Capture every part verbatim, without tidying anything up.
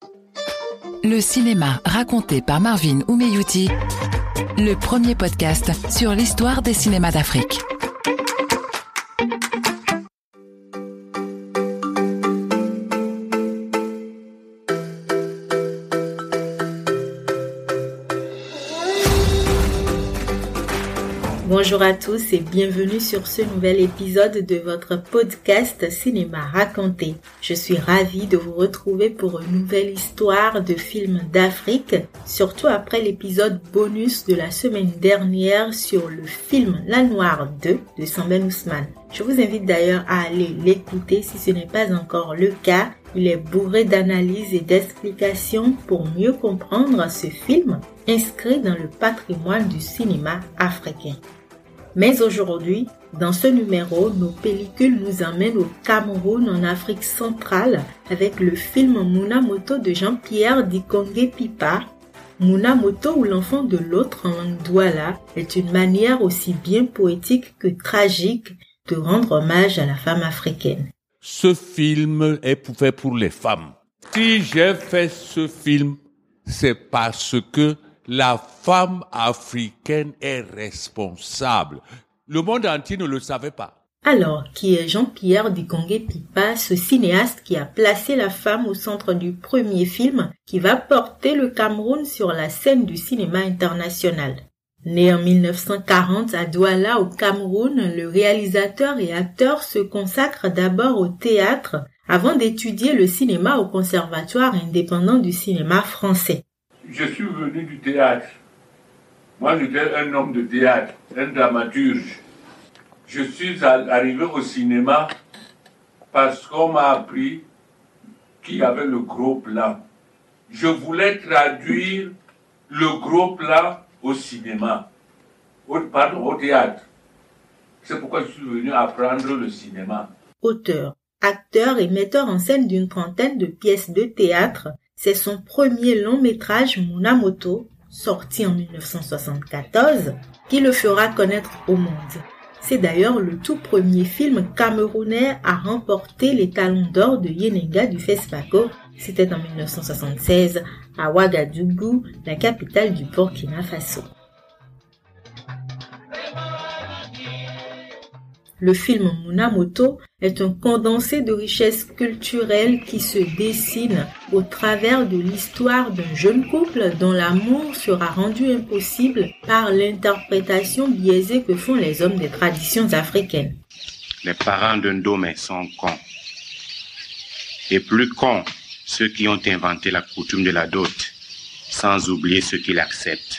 Le cinéma raconté par Marvin Oumeyouti, le premier podcast sur l'histoire des cinémas d'Afrique. Bonjour à tous et bienvenue sur ce nouvel épisode de votre podcast Cinéma Raconté. Je suis ravie de vous retrouver pour une nouvelle histoire de films d'Afrique, surtout après l'épisode bonus de la semaine dernière sur le film La Noire deux de Sambène Ousmane. Je vous invite d'ailleurs à aller l'écouter si ce n'est pas encore le cas. Il est bourré d'analyses et d'explications pour mieux comprendre ce film inscrit dans le patrimoine du cinéma africain. Mais aujourd'hui, dans ce numéro, nos pellicules nous emmènent au Cameroun en Afrique centrale avec le film Mouna Moto de Jean-Pierre Dikongé Pipa. Mouna Moto ou l'enfant de l'autre en langue douala est une manière aussi bien poétique que tragique de rendre hommage à la femme africaine. Ce film est fait pour les femmes. Si j'ai fait ce film, c'est parce que la femme africaine est responsable. Le monde entier ne le savait pas. Alors, qui est Jean-Pierre Dikongé Pipa, ce cinéaste qui a placé la femme au centre du premier film qui va porter le Cameroun sur la scène du cinéma international? Né en mille neuf cent quarante à Douala au Cameroun, le réalisateur et acteur se consacre d'abord au théâtre avant d'étudier le cinéma au Conservatoire indépendant du cinéma français. Je suis venu du théâtre. Moi, j'étais un homme de théâtre, un dramaturge. Je suis arrivé au cinéma parce qu'on m'a appris qu'il y avait le gros plan. Je voulais traduire le gros plan au cinéma, au, pardon, au théâtre. C'est pourquoi je suis venu apprendre le cinéma. Auteur, acteur et metteur en scène d'une trentaine de pièces de théâtre, c'est son premier long métrage Mouna Moto, sorti en mille neuf cent soixante-quatorze, qui le fera connaître au monde. C'est d'ailleurs le tout premier film camerounais à remporter les talons d'or de Yenenga du FESPACO. C'était en mille neuf cent soixante-seize à Ouagadougou, la capitale du Burkina Faso. Le film Mouna Moto est un condensé de richesses culturelles qui se dessine au travers de l'histoire d'un jeune couple dont l'amour sera rendu impossible par l'interprétation biaisée que font les hommes des traditions africaines. Les parents d'un Domé sont cons. Et plus cons, ceux qui ont inventé la coutume de la dot, sans oublier ceux qui l'acceptent.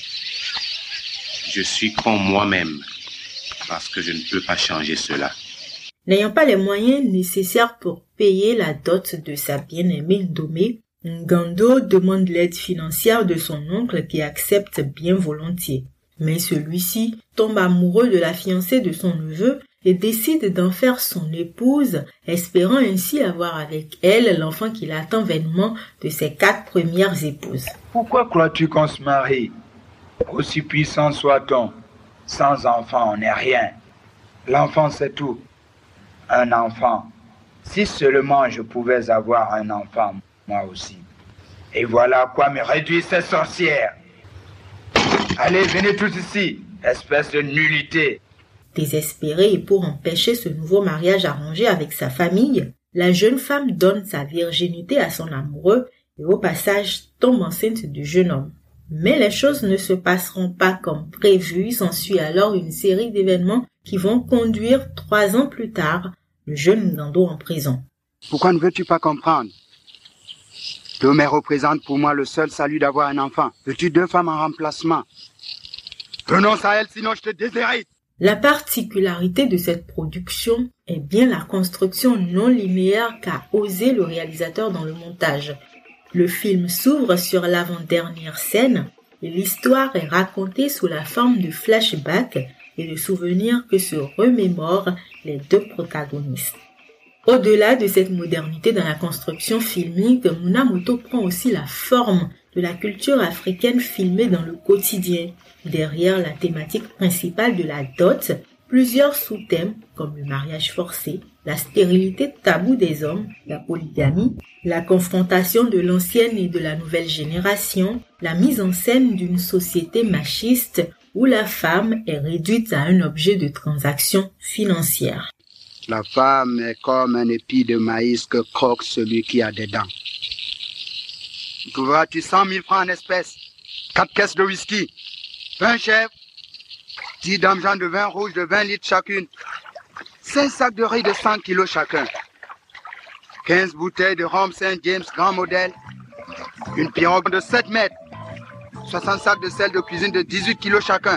Je suis con moi-même, parce que je ne peux pas changer cela. N'ayant pas les moyens nécessaires pour payer la dot de sa bien-aimée Ndomé, Ngando demande l'aide financière de son oncle qui accepte bien volontiers. Mais celui-ci tombe amoureux de la fiancée de son neveu et décide d'en faire son épouse, espérant ainsi avoir avec elle l'enfant qu'il attend vainement de ses quatre premières épouses. Pourquoi crois-tu qu'on se marie? Aussi puissant soit-on, sans enfant on n'est rien. L'enfant c'est tout. Un enfant. Si seulement je pouvais avoir un enfant, moi aussi. Et voilà quoi me réduit ces sorcières. Allez, venez tous ici, espèce de nullité. Désespérée et pour empêcher ce nouveau mariage arrangé avec sa famille, la jeune femme donne sa virginité à son amoureux et au passage tombe enceinte du jeune homme. Mais les choses ne se passeront pas comme prévu, s'ensuit alors une série d'événements qui vont conduire trois ans plus tard le jeune Ngando en prison. Pourquoi ne veux-tu pas comprendre? Domé représente pour moi le seul salut d'avoir un enfant. Veux-tu deux femmes en remplacement? Renonce à elle, sinon je te déshérite. La particularité de cette production est bien la construction non linéaire qu'a osé le réalisateur dans le montage. Le film s'ouvre sur l'avant-dernière scène et l'histoire est racontée sous la forme de flashbacks et de souvenirs que se remémorent les deux protagonistes. Au-delà de cette modernité dans la construction filmique, Mouna Moto prend aussi la forme de la culture africaine filmée dans le quotidien. Derrière la thématique principale de la dot, plusieurs sous-thèmes comme le mariage forcé, la stérilité taboue des hommes, la polygamie, la confrontation de l'ancienne et de la nouvelle génération, la mise en scène d'une société machiste où la femme est réduite à un objet de transaction financière. La femme est comme un épi de maïs que croque celui qui a des dents. Trouveras-tu cent mille francs en espèces, quatre caisses de whisky, vingt chèvres, dix dames de vin rouge de vingt litres chacune, cinq sacs de riz de cent kilos chacun, quinze bouteilles de rhum Saint James grand modèle, une pirogue de sept mètres, soixante sacs de sel de cuisine de dix-huit kilos chacun,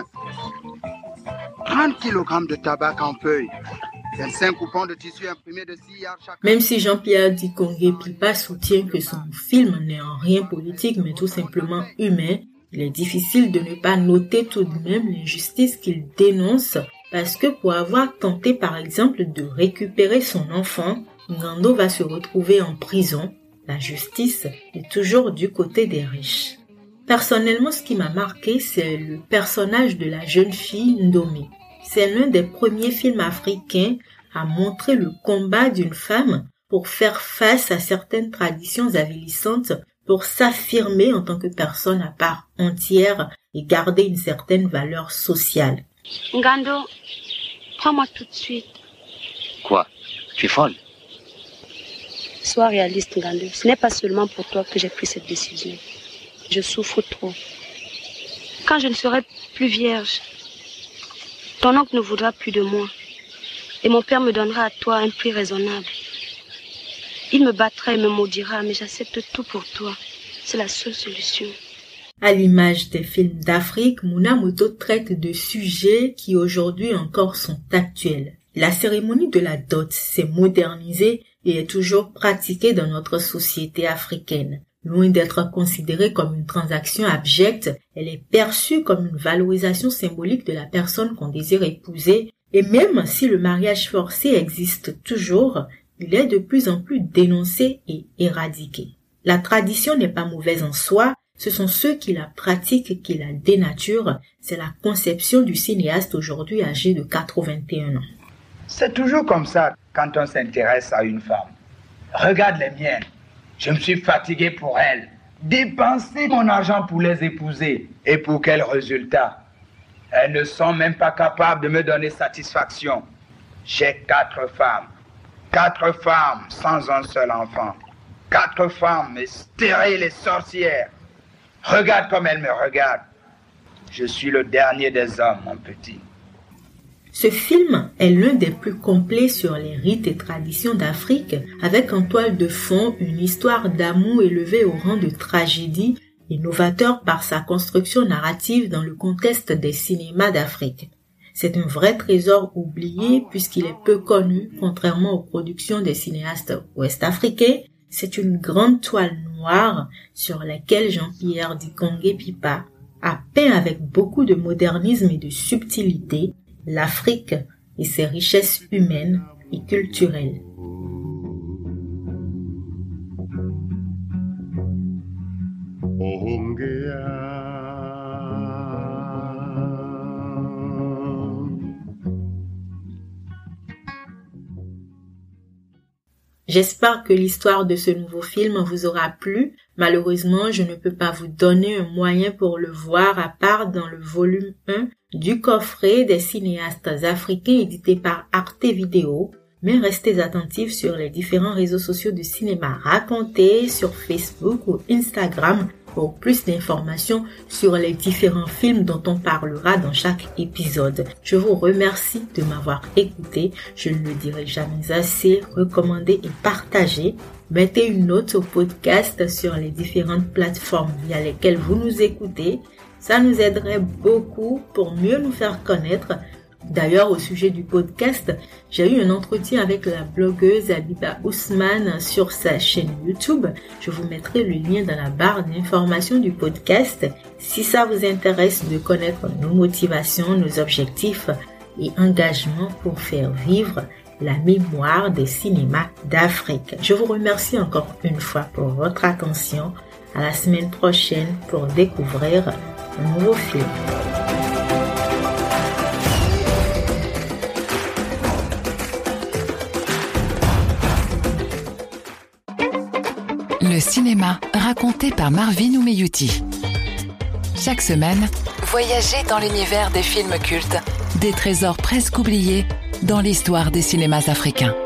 trente kilogrammes de tabac en feuilles, vingt-cinq coupons de tissu imprimés de six yards chacun. Même si Jean-Pierre Dikongé Pipa soutient que son film n'est en rien politique mais tout simplement humain, il est difficile de ne pas noter tout de même l'injustice qu'il dénonce parce que pour avoir tenté par exemple de récupérer son enfant, Ngando va se retrouver en prison. La justice est toujours du côté des riches. Personnellement, ce qui m'a marqué, c'est le personnage de la jeune fille Ndomé. C'est l'un des premiers films africains à montrer le combat d'une femme pour faire face à certaines traditions avilissantes, pour s'affirmer en tant que personne à part entière et garder une certaine valeur sociale. Ngando, prends-moi tout de suite. Quoi? Tu es folle? Sois réaliste, Ngando. Ce n'est pas seulement pour toi que j'ai pris cette décision. Je souffre trop. Quand je ne serai plus vierge, ton oncle ne voudra plus de moi. Et mon père me donnera à toi un prix raisonnable. Il me battra et me maudira, mais j'accepte tout pour toi. C'est la seule solution. À l'image des films d'Afrique, Mouna Moto traite de sujets qui aujourd'hui encore sont actuels. La cérémonie de la dot s'est modernisée et est toujours pratiquée dans notre société africaine. Loin d'être considérée comme une transaction abjecte, elle est perçue comme une valorisation symbolique de la personne qu'on désire épouser. Et même si le mariage forcé existe toujours, il est de plus en plus dénoncé et éradiqué. La tradition n'est pas mauvaise en soi, ce sont ceux qui la pratiquent qui la dénaturent. C'est la conception du cinéaste aujourd'hui âgé de quatre-vingt-un ans. C'est toujours comme ça quand on s'intéresse à une femme. Regarde les miennes. Je me suis fatigué pour elles. Dépenser mon argent pour les épouser. Et pour quel résultat? Elles ne sont même pas capables de me donner satisfaction. J'ai quatre femmes. Quatre femmes sans un seul enfant. Quatre femmes stériles et sorcières. Regarde comme elles me regardent. Je suis le dernier des hommes, mon petit. Ce film est l'un des plus complets sur les rites et traditions d'Afrique, avec en toile de fond une histoire d'amour élevée au rang de tragédie et novateur par sa construction narrative dans le contexte des cinémas d'Afrique. C'est un vrai trésor oublié puisqu'il est peu connu, contrairement aux productions des cinéastes ouest-africains. C'est une grande toile noire sur laquelle Jean-Pierre Dikongé Pipa a peint avec beaucoup de modernisme et de subtilité l'Afrique et ses richesses humaines et culturelles. J'espère que l'histoire de ce nouveau film vous aura plu. Malheureusement, je ne peux pas vous donner un moyen pour le voir à part dans le volume un du coffret des cinéastes africains édité par Arte Vidéo. Mais restez attentifs sur les différents réseaux sociaux de cinéma raconté, sur Facebook ou Instagram pour plus d'informations sur les différents films dont on parlera dans chaque épisode. Je vous remercie de m'avoir écouté. Je ne le dirai jamais assez. Recommandez et partagez. Mettez une note au podcast sur les différentes plateformes via lesquelles vous nous écoutez. Ça nous aiderait beaucoup pour mieux nous faire connaître. D'ailleurs, au sujet du podcast, j'ai eu un entretien avec la blogueuse Abiba Ousmane sur sa chaîne YouTube. Je vous mettrai le lien dans la barre d'information du podcast. Si ça vous intéresse de connaître nos motivations, nos objectifs et engagements pour faire vivre la mémoire des cinémas d'Afrique. Je vous remercie encore une fois pour votre attention. À la semaine prochaine pour découvrir un nouveau film. Le cinéma raconté par Marvin Oumeyouti. Chaque semaine, voyagez dans l'univers des films cultes, des trésors presque oubliés dans l'histoire des cinémas africains.